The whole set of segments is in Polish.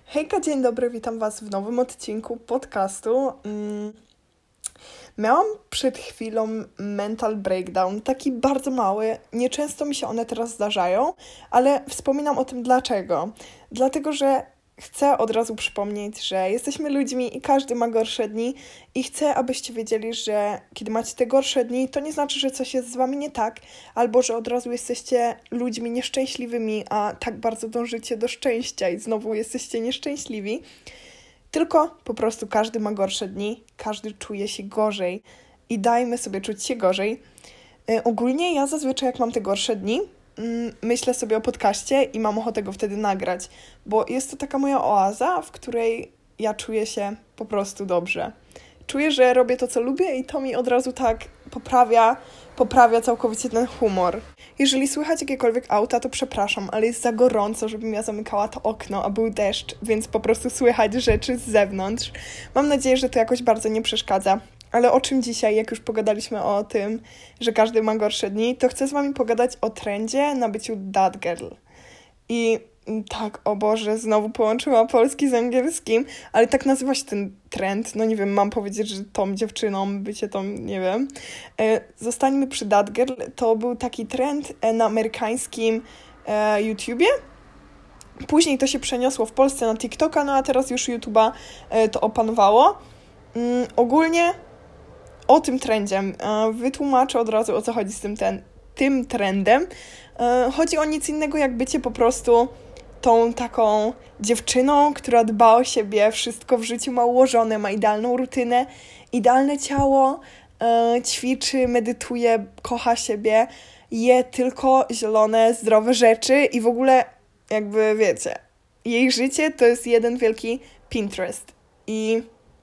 Hejka, dzień dobry, witam Was w nowym odcinku podcastu. Miałam przed chwilą mental breakdown, taki bardzo mały, nieczęsto mi się one teraz zdarzają, ale wspominam o tym dlaczego. Dlatego, że chcę od razu przypomnieć, że jesteśmy ludźmi i każdy ma gorsze dni i chcę, abyście wiedzieli, że kiedy macie te gorsze dni, to nie znaczy, że coś jest z Wami nie tak, albo że od razu jesteście ludźmi nieszczęśliwymi, a tak bardzo dążycie do szczęścia i znowu jesteście nieszczęśliwi. Tylko po prostu każdy ma gorsze dni, każdy czuje się gorzej i dajmy sobie czuć się gorzej. Ogólnie ja zazwyczaj jak mam te gorsze dni, myślę sobie o podcaście i mam ochotę go wtedy nagrać, bo jest to taka moja oaza, w której ja czuję się po prostu dobrze. Czuję, że robię to, co lubię i to mi od razu tak poprawia całkowicie ten humor. Jeżeli słychać jakiekolwiek auta, to przepraszam, ale jest za gorąco, żebym ja zamykała to okno, a był deszcz, więc po prostu słychać rzeczy z zewnątrz. Mam nadzieję, że to jakoś bardzo nie przeszkadza. Ale o czym dzisiaj, jak już pogadaliśmy o tym, że każdy ma gorsze dni, to chcę z Wami pogadać o trendzie na byciu that girl. I tak, o Boże, znowu połączyła polski z angielskim, ale tak nazywa się ten trend. No nie wiem, mam powiedzieć, że tą dziewczyną, bycie tą, nie wiem. Zostańmy przy that girl. To był taki trend na amerykańskim YouTubie. Później to się przeniosło w Polsce na TikToka, no a teraz już YouTube'a to opanowało. Ogólnie o tym trendzie. Wytłumaczę od razu, o co chodzi z tym trendem. Chodzi o nic innego, jak bycie po prostu tą taką dziewczyną, która dba o siebie, wszystko w życiu ma ułożone, ma idealną rutynę, idealne ciało, ćwiczy, medytuje, kocha siebie, je tylko zielone, zdrowe rzeczy i w ogóle jakby wiecie, jej życie to jest jeden wielki Pinterest. I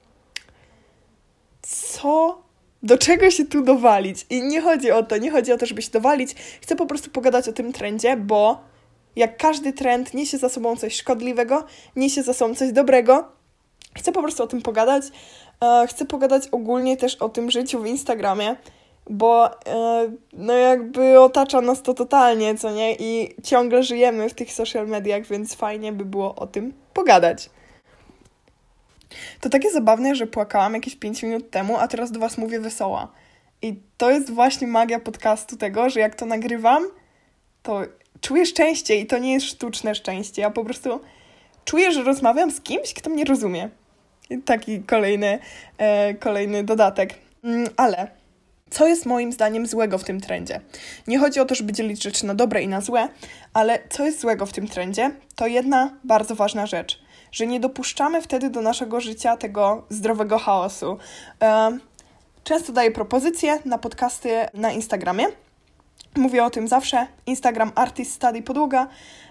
do czego się tu dowalić? I nie chodzi o to, żeby się dowalić. Chcę po prostu pogadać o tym trendzie, bo jak każdy trend niesie za sobą coś szkodliwego, niesie za sobą coś dobrego. Chcę po prostu o tym pogadać. Chcę pogadać ogólnie też o tym życiu w Instagramie, bo no jakby otacza nas to totalnie, co nie? I ciągle żyjemy w tych social mediach, więc fajnie by było o tym pogadać. To takie zabawne, że płakałam jakieś 5 minut temu, a teraz do Was mówię wesoła. I to jest właśnie magia podcastu tego, że jak to nagrywam, to czuję szczęście i to nie jest sztuczne szczęście. Ja po prostu czuję, że rozmawiam z kimś, kto mnie rozumie. I taki kolejny dodatek. Ale co jest moim zdaniem złego w tym trendzie? Nie chodzi o to, żeby dzielić rzeczy na dobre i na złe, ale co jest złego w tym trendzie? To jedna bardzo ważna rzecz, że nie dopuszczamy wtedy do naszego życia tego zdrowego chaosu. Często daję propozycje na podcasty na Instagramie. Mówię o tym zawsze. Instagram Artist Study Podłoga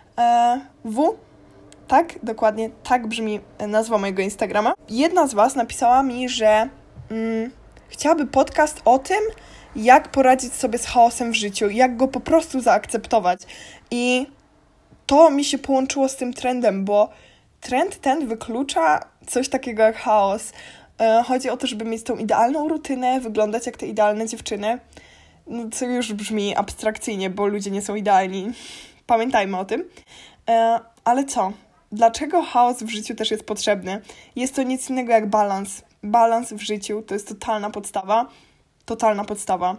Tak, dokładnie tak brzmi nazwa mojego Instagrama. Jedna z Was napisała mi, że chciałaby podcast o tym, jak poradzić sobie z chaosem w życiu, jak go po prostu zaakceptować. I to mi się połączyło z tym trendem, bo trend ten wyklucza coś takiego jak chaos. Chodzi o to, żeby mieć tą idealną rutynę, wyglądać jak te idealne dziewczyny. No, co już brzmi abstrakcyjnie, bo ludzie nie są idealni. Pamiętajmy o tym. Ale co? Dlaczego chaos w życiu też jest potrzebny? Jest to nic innego jak balans. Balans w życiu to jest totalna podstawa. Totalna podstawa.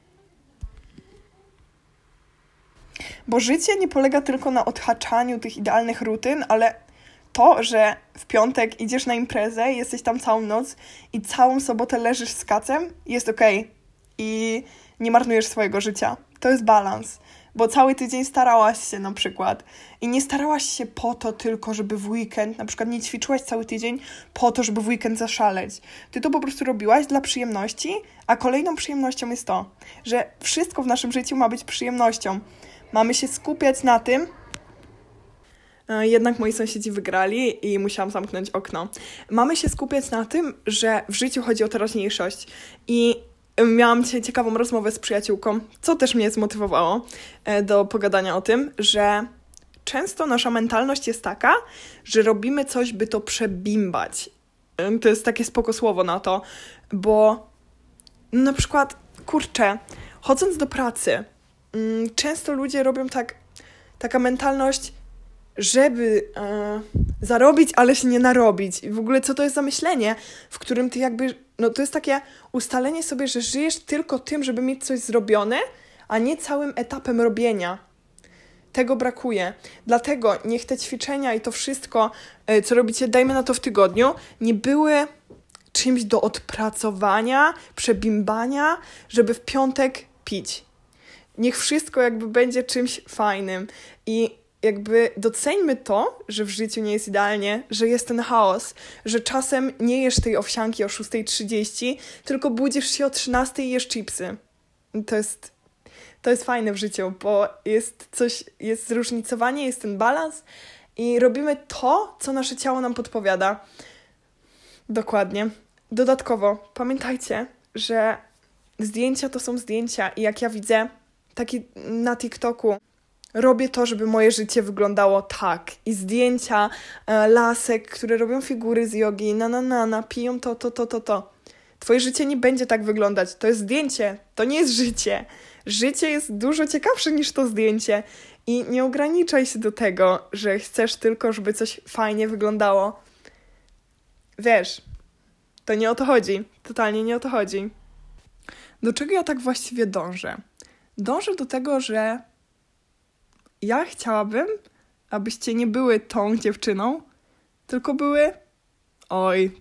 Bo życie nie polega tylko na odhaczaniu tych idealnych rutyn, ale to, że w piątek idziesz na imprezę, jesteś tam całą noc i całą sobotę leżysz z kacem, jest okej. I nie marnujesz swojego życia. To jest balans. Bo cały tydzień starałaś się na przykład i nie starałaś się po to tylko, żeby w weekend, na przykład nie ćwiczyłaś cały tydzień po to, żeby w weekend zaszaleć. Ty to po prostu robiłaś dla przyjemności, a kolejną przyjemnością jest to, że wszystko w naszym życiu ma być przyjemnością. Mamy się skupiać na tym. Jednak moi sąsiedzi wygrali i musiałam zamknąć okno. Mamy się skupiać na tym, że w życiu chodzi o teraźniejszość. I miałam dzisiaj ciekawą rozmowę z przyjaciółką, co też mnie zmotywowało do pogadania o tym, że często nasza mentalność jest taka, że robimy coś, by to przebimbać. To jest takie spoko słowo na to, bo na przykład, chodząc do pracy, często ludzie robią taka mentalność, żeby zarobić, ale się nie narobić. I w ogóle co to jest za myślenie, w którym ty jakby, no to jest takie ustalenie sobie, że żyjesz tylko tym, żeby mieć coś zrobione, a nie całym etapem robienia. Tego brakuje. Dlatego niech te ćwiczenia i to wszystko, co robicie, dajmy na to w tygodniu, nie były czymś do odpracowania, przebimbania, żeby w piątek pić. Niech wszystko jakby będzie czymś fajnym. I jakby doceńmy to, że w życiu nie jest idealnie, że jest ten chaos, że czasem nie jesz tej owsianki o 6:30, tylko budzisz się o 13:00 i jesz chipsy. To jest fajne w życiu, bo jest zróżnicowanie, jest ten balans i robimy to, co nasze ciało nam podpowiada. Dokładnie. Dodatkowo pamiętajcie, że zdjęcia to są zdjęcia i jak ja widzę taki na TikToku, robię to, żeby moje życie wyglądało tak. I zdjęcia lasek, które robią figury z jogi, piją to. Twoje życie nie będzie tak wyglądać. To jest zdjęcie, to nie jest życie. Życie jest dużo ciekawsze niż to zdjęcie. I nie ograniczaj się do tego, że chcesz tylko, żeby coś fajnie wyglądało. Wiesz, to nie o to chodzi. Totalnie nie o to chodzi. Do czego ja tak właściwie dążę? Dążę do tego, że ja chciałabym, abyście nie były tą dziewczyną, tylko były... Oj,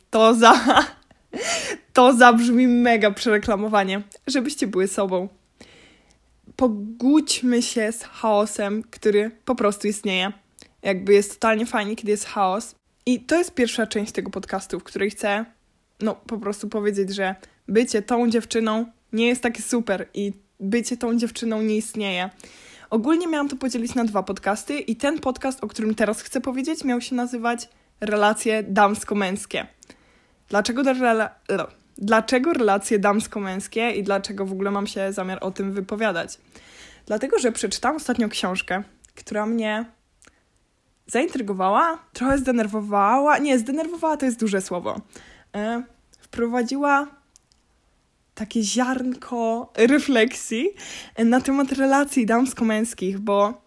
to zabrzmi mega przereklamowanie. Żebyście były sobą. Pogódźmy się z chaosem, który po prostu istnieje. Jakby jest totalnie fajnie, kiedy jest chaos. I to jest pierwsza część tego podcastu, w której chcę po prostu powiedzieć, że bycie tą dziewczyną nie jest takie super i bycie tą dziewczyną nie istnieje. Ogólnie miałam to podzielić na 2 podcasty i ten podcast, o którym teraz chcę powiedzieć, miał się nazywać Relacje damsko-męskie. Dlaczego relacje damsko-męskie i dlaczego w ogóle mam się zamiar o tym wypowiadać? Dlatego, że przeczytałam ostatnio książkę, która mnie zaintrygowała, trochę zdenerwowała. Nie, zdenerwowała to jest duże słowo. Wprowadziła takie ziarnko refleksji na temat relacji damsko-męskich, bo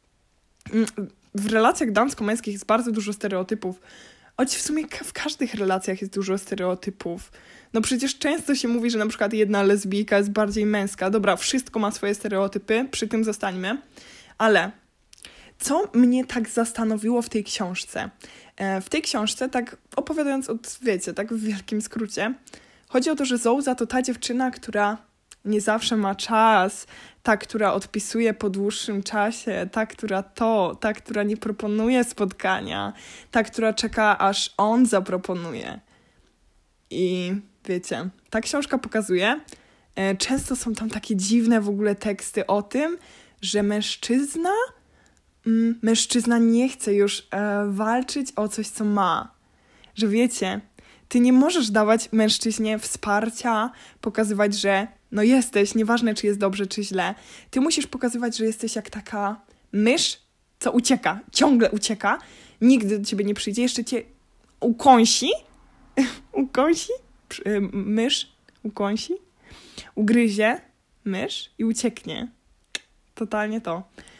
w relacjach damsko-męskich jest bardzo dużo stereotypów. Choć w sumie w każdych relacjach jest dużo stereotypów. No przecież często się mówi, że na przykład jedna lesbijka jest bardziej męska. Dobra, wszystko ma swoje stereotypy, przy tym zostańmy. Ale co mnie tak zastanowiło w tej książce? W tej książce, tak opowiadając tak w wielkim skrócie, chodzi o to, że Zouza to ta dziewczyna, która nie zawsze ma czas, ta, która odpisuje po dłuższym czasie, ta, która nie proponuje spotkania, ta, która czeka, aż on zaproponuje. I wiecie, ta książka pokazuje, często są tam takie dziwne w ogóle teksty o tym, że mężczyzna nie chce już walczyć o coś, co ma. Że wiecie, ty nie możesz dawać mężczyźnie wsparcia, pokazywać, że jesteś, nieważne czy jest dobrze, czy źle. Ty musisz pokazywać, że jesteś jak taka mysz, co ucieka, ciągle ucieka, nigdy do ciebie nie przyjdzie, jeszcze cię ukąsi, mysz, ukąsi, ugryzie mysz i ucieknie. Totalnie to.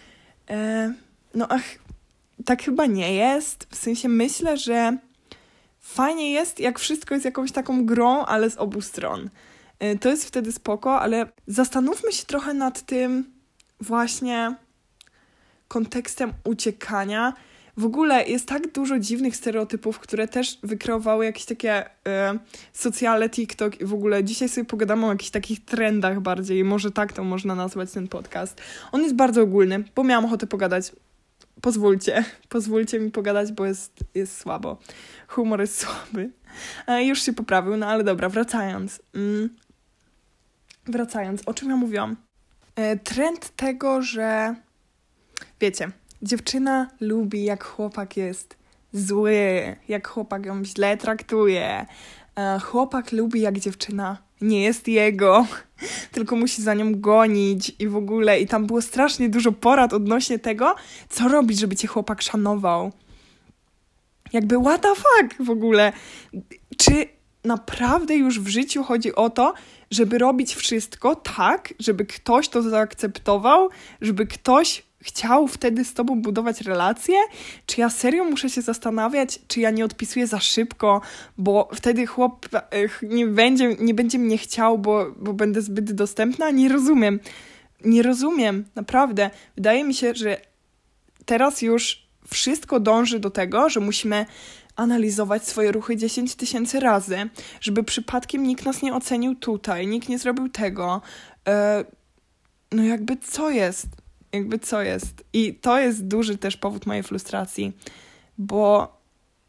Tak chyba nie jest. W sensie myślę, że fajnie jest, jak wszystko jest jakąś taką grą, ale z obu stron. To jest wtedy spoko, ale zastanówmy się trochę nad tym właśnie kontekstem uciekania. W ogóle jest tak dużo dziwnych stereotypów, które też wykreowały jakieś takie socjale, TikTok i w ogóle dzisiaj sobie pogadamy o jakichś takich trendach bardziej. Może tak to można nazwać ten podcast. On jest bardzo ogólny, bo miałam ochotę pogadać. Pozwólcie mi pogadać, bo jest słabo. Humor jest słaby. Już się poprawił, ale dobra, wracając. O czym ja mówiłam? Trend tego, że wiecie, dziewczyna lubi, jak chłopak jest zły, jak chłopak ją źle traktuje. Chłopak lubi, jak dziewczyna nie jest jego, tylko musi za nią gonić i w ogóle. I tam było strasznie dużo porad odnośnie tego, co robić, żeby cię chłopak szanował. Jakby what the fuck w ogóle? Czy naprawdę już w życiu chodzi o to, żeby robić wszystko tak, żeby ktoś to zaakceptował, żeby ktoś chciał wtedy z tobą budować relacje? Czy ja serio muszę się zastanawiać, czy ja nie odpisuję za szybko, bo wtedy chłop nie będzie mnie chciał, bo będę zbyt dostępna? Nie rozumiem, naprawdę. Wydaje mi się, że teraz już wszystko dąży do tego, że musimy analizować swoje ruchy 10 000 razy, żeby przypadkiem nikt nas nie ocenił tutaj, nikt nie zrobił tego. No jakby co jest? I to jest duży też powód mojej frustracji, bo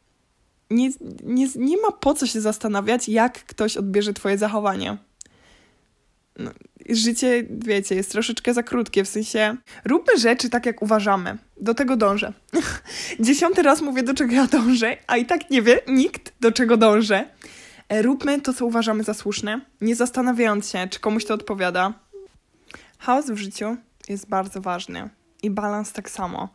nie ma po co się zastanawiać, jak ktoś odbierze twoje zachowanie. No, życie, wiecie, jest troszeczkę za krótkie, w sensie róbmy rzeczy tak, jak uważamy. Do tego dążę. 10. raz mówię, do czego ja dążę, a i tak nie wie nikt, do czego dążę. Róbmy to, co uważamy za słuszne, nie zastanawiając się, czy komuś to odpowiada. Chaos w życiu jest bardzo ważny i balans tak samo.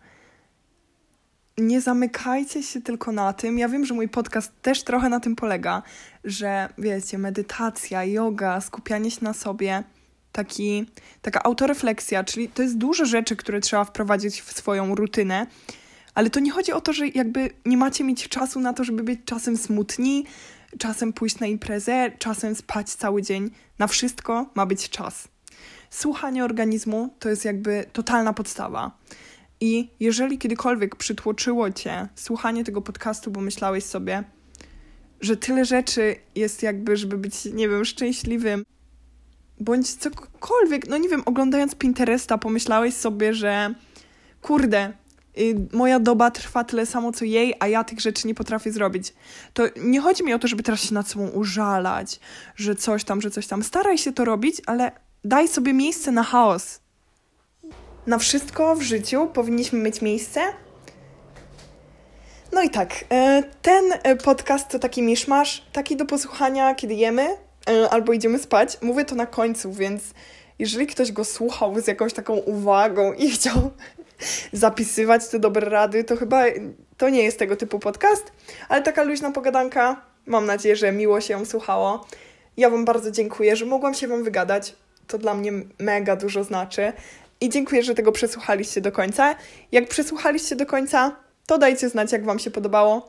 Nie zamykajcie się tylko na tym. Ja wiem, że mój podcast też trochę na tym polega, że wiecie, medytacja, yoga, skupianie się na sobie, taka autorefleksja, czyli to jest dużo rzeczy, które trzeba wprowadzić w swoją rutynę, ale to nie chodzi o to, że jakby nie macie mieć czasu na to, żeby być czasem smutni, czasem pójść na imprezę, czasem spać cały dzień. Na wszystko ma być czas. Słuchanie organizmu to jest jakby totalna podstawa. I jeżeli kiedykolwiek przytłoczyło cię słuchanie tego podcastu, bo myślałeś sobie, że tyle rzeczy jest jakby, żeby być, nie wiem, szczęśliwym, bądź cokolwiek, no nie wiem, oglądając Pinteresta pomyślałeś sobie, że kurde, moja doba trwa tyle samo co jej, a ja tych rzeczy nie potrafię zrobić. To nie chodzi mi o to, żeby teraz się nad sobą użalać, że coś tam. Staraj się to robić, ale daj sobie miejsce na chaos. Na wszystko w życiu powinniśmy mieć miejsce. No i tak, ten podcast to taki miszmasz, taki do posłuchania, kiedy jemy albo idziemy spać. Mówię to na końcu, więc jeżeli ktoś go słuchał z jakąś taką uwagą i chciał zapisywać te dobre rady, to chyba to nie jest tego typu podcast, ale taka luźna pogadanka. Mam nadzieję, że miło się ją słuchało. Ja wam bardzo dziękuję, że mogłam się wam wygadać. To dla mnie mega dużo znaczy. I dziękuję, że tego przesłuchaliście do końca. Jak przesłuchaliście do końca, to dajcie znać, jak wam się podobało.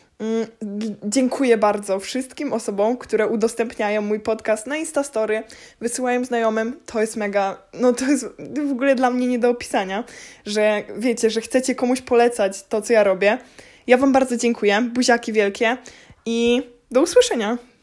Dziękuję bardzo wszystkim osobom, które udostępniają mój podcast na Instastory, wysyłają znajomym. To jest mega, no to jest w ogóle dla mnie nie do opisania, że wiecie, że chcecie komuś polecać to, co ja robię. Ja wam bardzo dziękuję, buziaki wielkie i do usłyszenia.